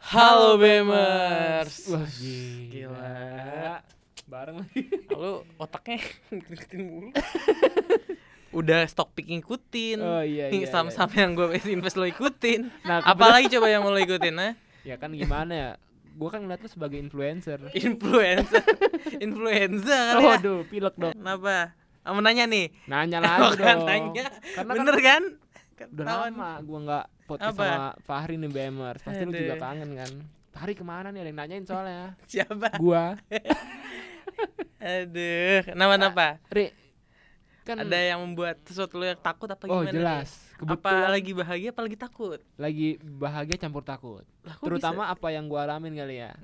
Halo Bemers. Wah Gila. Bareng lagi. Lu otaknya ngikutin mulu. Udah stock pick ngikutin. Oh iya. Sama-sama yang gue invest lo ikutin. Nah, Apalagi coba yang lo ikutin, ha? Ya kan gimana ya? Gua kan ngeliat lu sebagai influencer. Influencer kali ya. Waduh, pilek dong. Kenapa? Mau nanya nih. Nanya lagi dong. Nanya. Karena Bener kan? udah lama gua nggak podcast Apa? sama Fahri nih Bemers. Pasti lu Aduh. juga kangen kan. Fahri kemana nih? Ada yang nanyain soalnya. Siapa? Gua. Aduh, kenapa? Ri, kan Ada yang membuat sesuatu lo yang takut apa oh gimana? jelas. Nih? Apa lagi bahagia apa lagi takut? Lagi bahagia campur takut. Lah, kok Terutama bisa? apa yang gua alamin kali ya.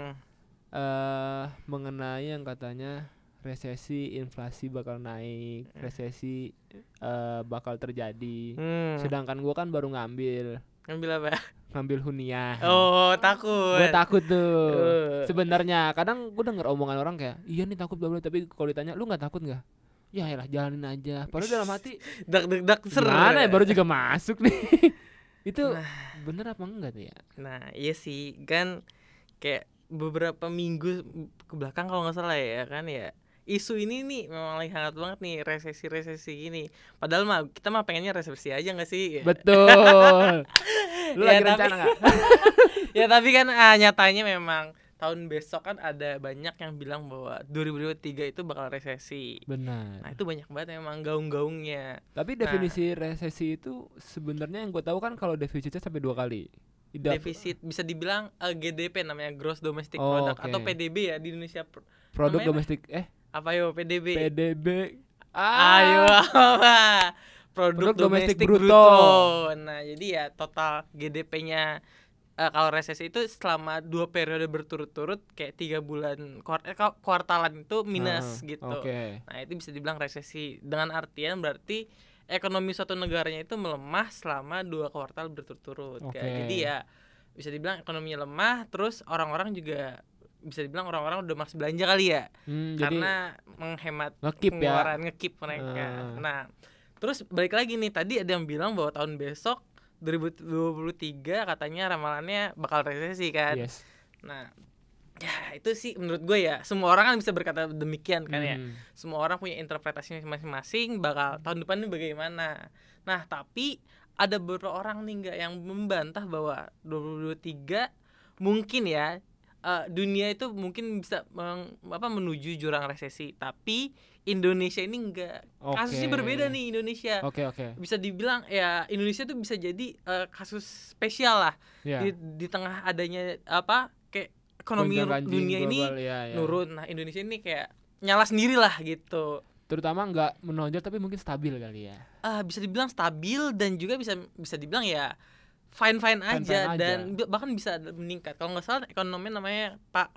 Hmm. Mengenai yang katanya resesi, inflasi bakal naik, resesi bakal terjadi. Sedangkan gua kan baru ngambil Ngambil apa? hunian. Oh, takut. Gue takut tuh. Sebenarnya kadang gue denger omongan orang kayak, iya nih takut bla bla, tapi kalau ditanya lu nggak takut nggak? Ya elah jalanin aja. Padahal dalam hati Dak ser. gimana ya, baru juga masuk nih. Itu bener apa enggak tuh ya? Nah, iya sih, kan kayak beberapa minggu ke belakang kalau nggak salah ya kan ya. Isu ini nih memang lagi hangat banget nih, resesi gini. Padahal mah kita mah pengennya resesi aja nggak sih? Betul. Lu Ya, lagi rencana nggak? Ya tapi kan nyatanya memang tahun besok kan ada banyak yang bilang bahwa 2023 itu bakal resesi. Nah, Benar. itu banyak banget memang gaung-gaungnya. Tapi definisi resesi itu sebenarnya yang gue tahu kan kalau defisitnya sampai 2 kali. Defisit bisa dibilang GDP namanya Gross Domestic Oh, Product oke. atau PDB ya di Indonesia. Produk namanya domestik apa yo PDB? PDB. Ayo apa? Produk domestik bruto. Nah, jadi ya total GDP-nya kalau resesi itu selama 2 periode berturut-turut kayak 3 bulan kuartalan itu minus gitu. Oke. Nah, itu bisa dibilang resesi dengan artian berarti ekonomi suatu negaranya itu melemah selama 2 kuartal berturut-turut. Oke. Jadi ya bisa dibilang ekonominya lemah, terus orang-orang juga bisa dibilang orang-orang udah malas belanja kali ya. Karena menghemat ngekip ya. pengeluaran, ngekip mereka. Nah, terus balik lagi nih, tadi ada yang bilang bahwa tahun besok 2023 katanya ramalannya bakal resesi kan. Yes. Nah, ya itu sih menurut gue ya, semua orang kan bisa berkata demikian kan ya. Semua orang punya interpretasinya masing-masing bakal tahun depan ini bagaimana. Nah, tapi ada beberapa orang nih yang membantah bahwa 2023 mungkin ya dunia itu mungkin bisa menuju jurang resesi, tapi Indonesia ini enggak. Kasusnya berbeda nih Indonesia. Oke. Bisa dibilang ya Indonesia tuh bisa jadi kasus spesial lah. Yeah. Di tengah adanya kayak ekonomi dunia ini nurun. Nah, Indonesia ini kayak nyala sendiri lah gitu. Terutama nggak menonjol tapi mungkin stabil kali ya. Bisa dibilang stabil dan juga bisa dibilang ya fine aja dan bahkan bisa meningkat. Kalau nggak salah ekonomi namanya Pak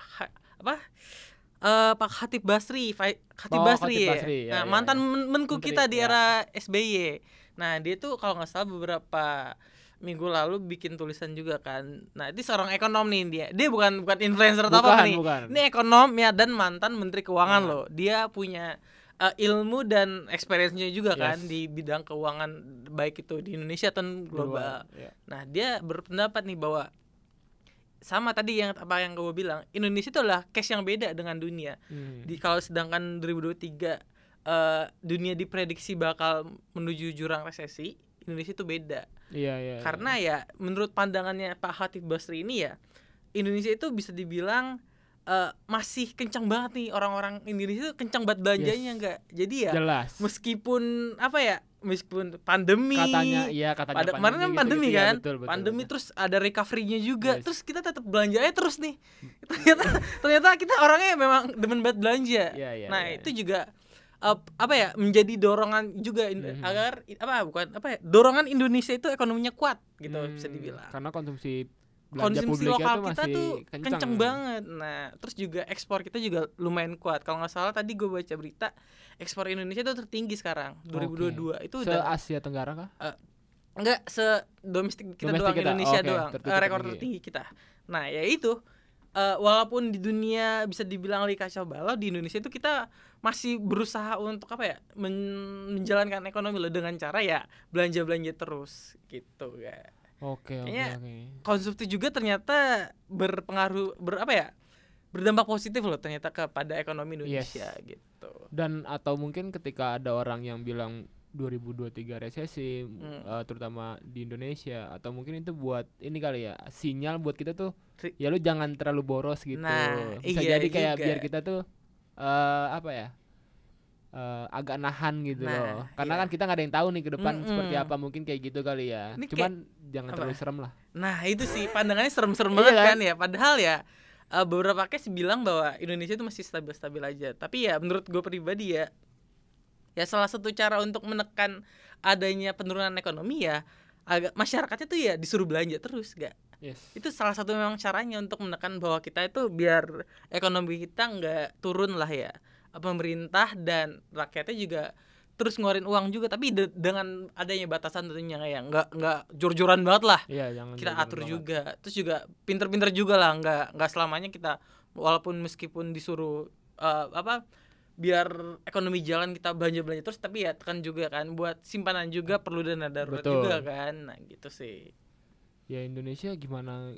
Khatib Basri, Ya, mantan menku Menteri, kita di era SBY. Nah, dia tuh kalau nggak salah beberapa minggu lalu bikin tulisan juga kan. Nah, itu seorang ekonom nih dia bukan influencer atau apa nih. Bukan. Ini ekonom ya dan mantan Menteri Keuangan loh. Dia punya ilmu dan experience-nya juga kan di bidang keuangan baik itu di Indonesia atau global. Nah, dia berpendapat nih bahwa sama tadi yang gue bilang, Indonesia itu adalah case yang beda dengan dunia. Kalau sedangkan 2023 dunia diprediksi bakal menuju jurang resesi, Indonesia itu beda. Iya. Karena ya menurut pandangannya Pak Khatib Basri ini ya, Indonesia itu bisa dibilang masih kencang banget nih, orang-orang Indonesia itu kencang banget belanjanya enggak. Jadi ya jelas. meskipun pandemi katanya kemarin kan pandemi gitu, kan betul. Pandemi terus ada recovery-nya juga. Terus kita tetap belanjanya terus nih. ternyata kita orangnya memang demen banget belanja. Itu juga menjadi dorongan juga agar dorongan Indonesia itu ekonominya kuat gitu bisa dibilang. Karena konsumsi lokal kita masih tuh kenceng banget. Nah, terus juga ekspor kita juga lumayan kuat. Kalau nggak salah tadi gue baca berita, ekspor Indonesia tuh tertinggi sekarang 2022. Itu udah Asia Tenggara kah? Enggak, domestik kita doang, Indonesia doang. Rekor tertinggi kita. Nah, ya itu walaupun di dunia bisa dibilang lagi kacau balau, di Indonesia itu kita masih berusaha untuk menjalankan ekonomi loh dengan cara ya belanja terus gitu ya. Kayaknya konsumtif juga ternyata berpengaruh berdampak positif loh ternyata kepada ekonomi Indonesia gitu. Dan atau mungkin ketika ada orang yang bilang 2023 resesi, terutama di Indonesia, atau mungkin itu buat ini kali ya, sinyal buat kita tuh ya lu jangan terlalu boros gitu. Bisa jadi kayak juga. Biar kita tuh agak nahan gitu loh. Karena kan kita nggak ada yang tahu nih ke depan seperti apa, mungkin kayak gitu kali ya. Ini cuman jangan terlalu serem lah. Nah itu sih pandangannya serem-serem banget kan ya. Padahal ya beberapa case bilang bahwa Indonesia itu masih stabil-stabil aja. Tapi ya menurut gue pribadi ya salah satu cara untuk menekan adanya penurunan ekonomi ya agak masyarakatnya tuh ya disuruh belanja terus gak. Itu salah satu memang caranya untuk menekan bahwa kita itu biar ekonomi kita nggak turun lah ya. Pemerintah dan rakyatnya juga terus ngeluarin uang juga, tapi dengan adanya batasan tentunya ya nggak jor-joran banget lah. Kita atur juga banget. Terus juga pinter-pinter juga lah, nggak selamanya kita walaupun meskipun disuruh biar ekonomi jalan kita belanja terus, tapi ya tekan juga kan buat simpanan juga perlu dana darurat juga kan. Nah gitu sih. Ya Indonesia gimana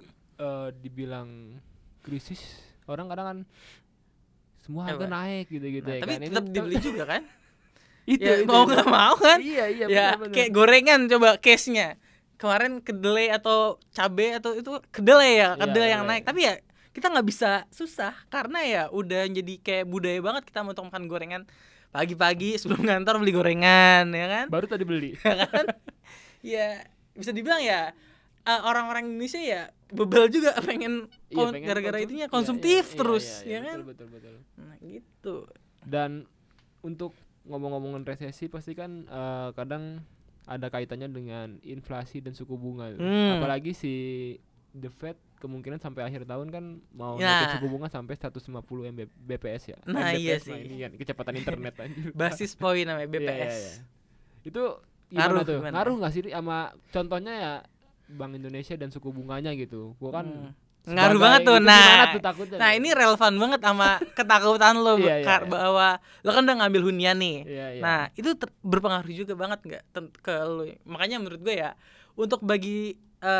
dibilang krisis, orang kadang kan semua harga naik gitu-gitu ya tapi kan. Tetap dibeli juga kan. itu mau nggak mau kan. Iya benar. Kayak gorengan coba case-nya kemarin kedelai atau cabe atau itu kedelai yang naik, tapi ya kita nggak bisa susah karena ya udah jadi kayak budaya banget kita untuk makan gorengan pagi-pagi sebelum ngantor beli gorengan ya kan. Baru tadi beli kan. Ya bisa dibilang ya orang-orang Indonesia ya bebel juga pengen gara-gara itunya konsumtif terus ya kan. Betul. Nah gitu. Dan untuk ngomong-ngomongin resesi pasti kan kadang ada kaitannya dengan inflasi dan suku bunga. Apalagi si The Fed kemungkinan sampai akhir tahun kan mau naikin suku bunga sampai 150 BPS ya. Nah iya sih. Ini kan kecepatan internet aja. Basis point namanya BPS. Itu gimana tuh? Ngaruh nggak sih sama contohnya ya Bank Indonesia dan suku bunganya gitu. Gua kan ngaruh banget tuh. Nah ini relevan banget sama ketakutan lo bahwa lo kan udah ngambil hunian nih. Nah itu berpengaruh juga banget nggak ke lo. Makanya menurut gue ya untuk bagi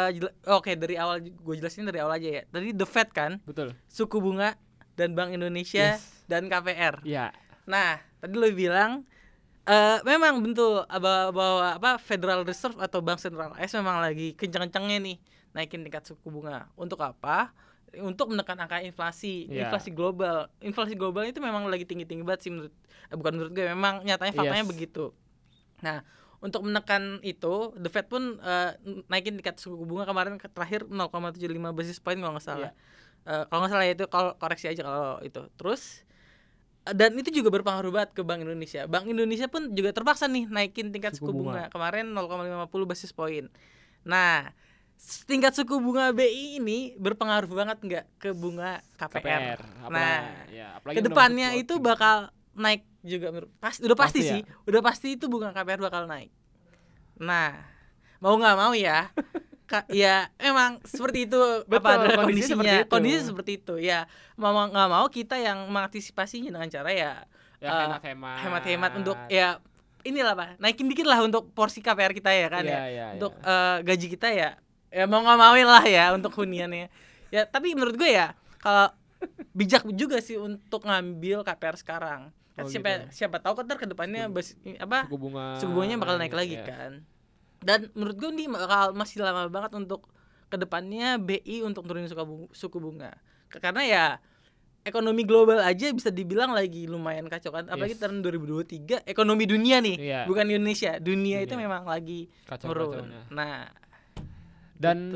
dari awal gue jelasin dari awal aja ya. Tadi The Fed kan, betul. Suku bunga dan Bank Indonesia dan KPR. Nah tadi lo bilang memang betul bahwa Federal Reserve atau Bank Sentral AS memang lagi kencang-kencangnya nih naikin tingkat suku bunga. Untuk apa? Untuk menekan angka inflasi global. Inflasi global itu memang lagi tinggi-tinggi banget sih bukan menurut gue, memang nyatanya faktanya begitu. Nah, untuk menekan itu, The Fed pun naikin tingkat suku bunga kemarin terakhir 0,75 basis point kalau nggak salah. Kalau nggak salah itu koreksi aja kalau itu. Terus dan itu juga berpengaruh banget ke Bank Indonesia. Bank Indonesia pun juga terpaksa nih naikin tingkat suku bunga. Kemarin 0,50 basis point. Nah, tingkat suku bunga BI ini berpengaruh banget nggak ke bunga KPR. Kedepannya itu bakal naik juga. Udah pasti sih. Udah pasti itu bunga KPR bakal naik. Nah, mau nggak mau ya. Ya emang seperti itu. Kondisi seperti itu ya, mau nggak mau kita yang mengantisipasinya dengan cara hemat-hemat untuk ya inilah Pak, naikin dikit lah untuk porsi KPR kita ya kan untuk gaji kita ya mau nggak mauin lah ya untuk huniannya ya. Tapi menurut gue ya kalau bijak juga sih untuk ngambil KPR sekarang kan. Siapa tahu kan ke depannya suku bunganya bakal naik lagi kan. Dan menurut gue ini masih lama banget untuk kedepannya BI untuk turunin suku bunga. Karena ya ekonomi global aja bisa dibilang lagi lumayan kacau kan. Apalagi tahun 2023 ekonomi dunia nih, bukan Indonesia. Dunia itu memang lagi turun. Nah, dan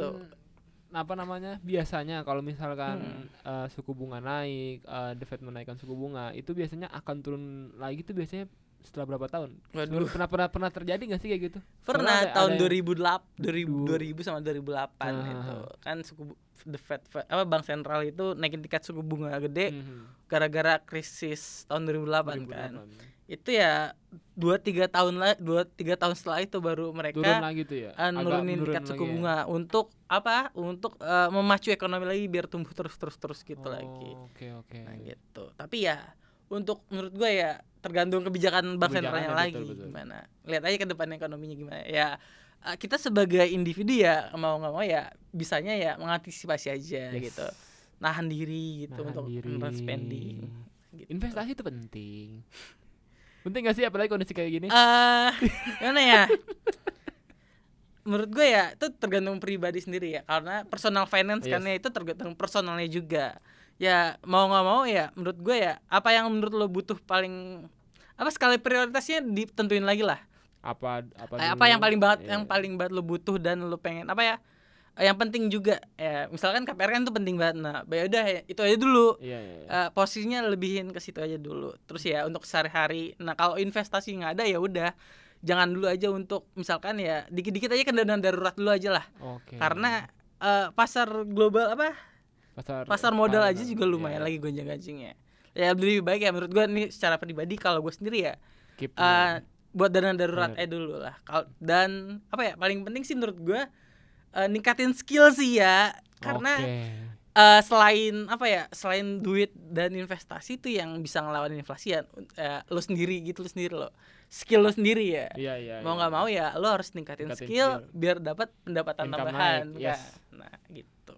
biasanya kalau misalkan suku bunga naik, The Fed menaikkan suku bunga, itu biasanya akan turun lagi tuh biasanya setelah berapa tahun? Waduh. Pernah terjadi nggak sih kayak gitu? Pernah tahun 2000 sama 2008 itu kan The Fed Bank Sentral itu naikin tingkat suku bunga gede gara-gara krisis tahun 2008 kan. Itu ya 2-3 tahun setelah itu baru mereka turun lagi tuh ya. Nurunin tingkat suku bunga untuk memacu ekonomi lagi biar tumbuh terus gitu lagi. Oke. Nah gitu. Tapi ya untuk menurut gue ya tergantung kebijakan bank sentralnya lagi. Betul. Gimana. Lihat aja ke depan ekonominya gimana. Ya kita sebagai individu ya mau nggak mau ya bisanya ya mengantisipasi aja gitu, nahan diri gitu untuk spending gitu. Investasi itu penting gak sih apalagi kondisi kayak gini? Gimana ya, menurut gue ya itu tergantung pribadi sendiri ya, karena personal finance kan ya itu tergantung personalnya juga ya, mau nggak mau ya menurut gue ya apa yang menurut lo butuh paling apa skala prioritasnya ditentuin lagi lah, apa yang paling banget lo butuh dan lo pengen apa ya, yang penting juga ya, misalkan KPR kan itu penting banget, nah udah ya, itu aja dulu. Posisinya lebihin ke situ aja dulu, terus ya untuk sehari-hari. Nah kalau investasi nggak ada ya udah jangan dulu aja, untuk misalkan ya dikit-dikit aja kan dana darurat dulu aja lah. Karena pasar global pasar modal aja juga lumayan lagi gonjang-ganjingnya ya, lebih baik ya menurut gue nih secara pribadi, kalau gue sendiri ya buat dana darurat aja dulu lah. Dan apa ya paling penting sih menurut gue ningkatin skill sih ya, karena selain apa ya, selain duit dan investasi itu yang bisa ngelawan inflasi ya lo sendiri lo skill lo sendiri ya. Mau nggak mau ya lo harus ningkatin skill biar dapat pendapatan tambahan kan. Nah gitu.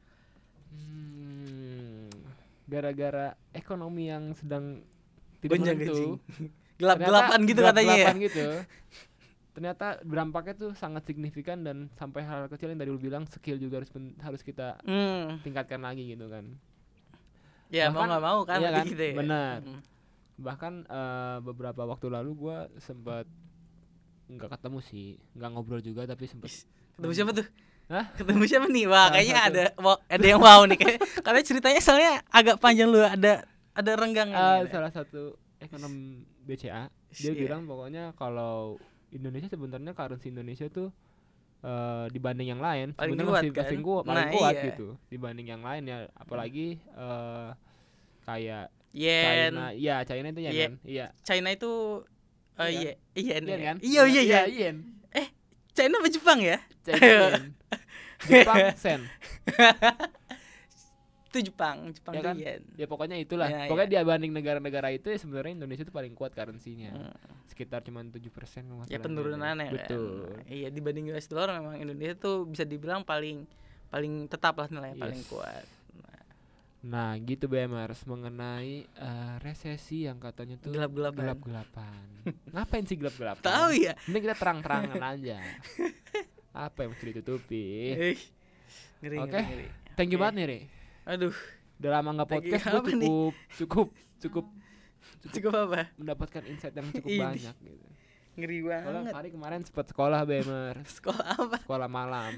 Gara-gara ekonomi yang sedang tidak menentu, gelap-gelapan gitu katanya ya. Gitu. Ternyata dampaknya tuh sangat signifikan, dan sampai hal kecil yang tadi lu bilang, skill juga harus kita tingkatkan lagi gitu kan. Ya bahkan, mau nggak mau kan, iya kan? gitu ya. Benar. Bahkan beberapa waktu lalu gue sempat nggak ketemu sih, nggak ngobrol juga, tapi sempat ketemu siapa tuh? Ketemu siapa nih? Wah kayaknya ada yang wow nih karena ceritanya soalnya agak panjang, lu ada renggang. Salah satu ekonom BCA dia bilang pokoknya kalau Indonesia sebenarnya currency Indonesia tuh dibanding yang lain sebenarnya masih kuat gitu dibanding yang lain ya, apalagi kayak yen. China itu yen kan? Iya. China itu yen kan? Iya. Yen. China apa Jepang ya? Yen. Jepang sen. Itu Jepang ya kan? Yen. Ya pokoknya itulah. Pokoknya dibanding negara-negara itu ya sebenarnya Indonesia itu paling kuat currency-nya. Sekitar cuma 7% ya penurunannya kan. Betul. Iya, dibanding US dollar memang Indonesia tuh bisa dibilang paling tetap lah nilainya paling kuat. Nah gitu BMers mengenai resesi yang katanya tuh gelap-gelapan. Ngapain sih gelap-gelapan? Tahu ya. Ini kita terang-terangan aja. Apa yang mesti ditutupi? Oke. Thank you banget nih, Ri. Aduh, udah lama nggak podcast, cukup apa? Mendapatkan insight yang cukup banyak gitu. Ngeri banget. Hari kemarin sempat sekolah BMers. Sekolah apa? Sekolah malam.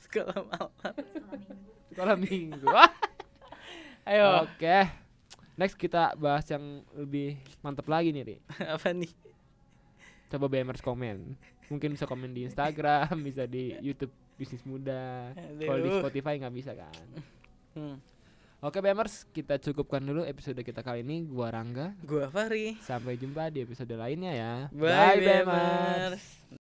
Sekolah minggu. Ayo. Oke. Next kita bahas yang lebih mantap lagi nih, Ri. Apa nih? Coba BMers komen. Mungkin bisa komen di Instagram, bisa di YouTube Bisnis Muda. Kalau di Spotify nggak bisa kan. Oke BMers, kita cukupkan dulu episode kita kali ini. Gua Rangga, gua Fahri. Sampai jumpa di episode lainnya ya. Bye BMers.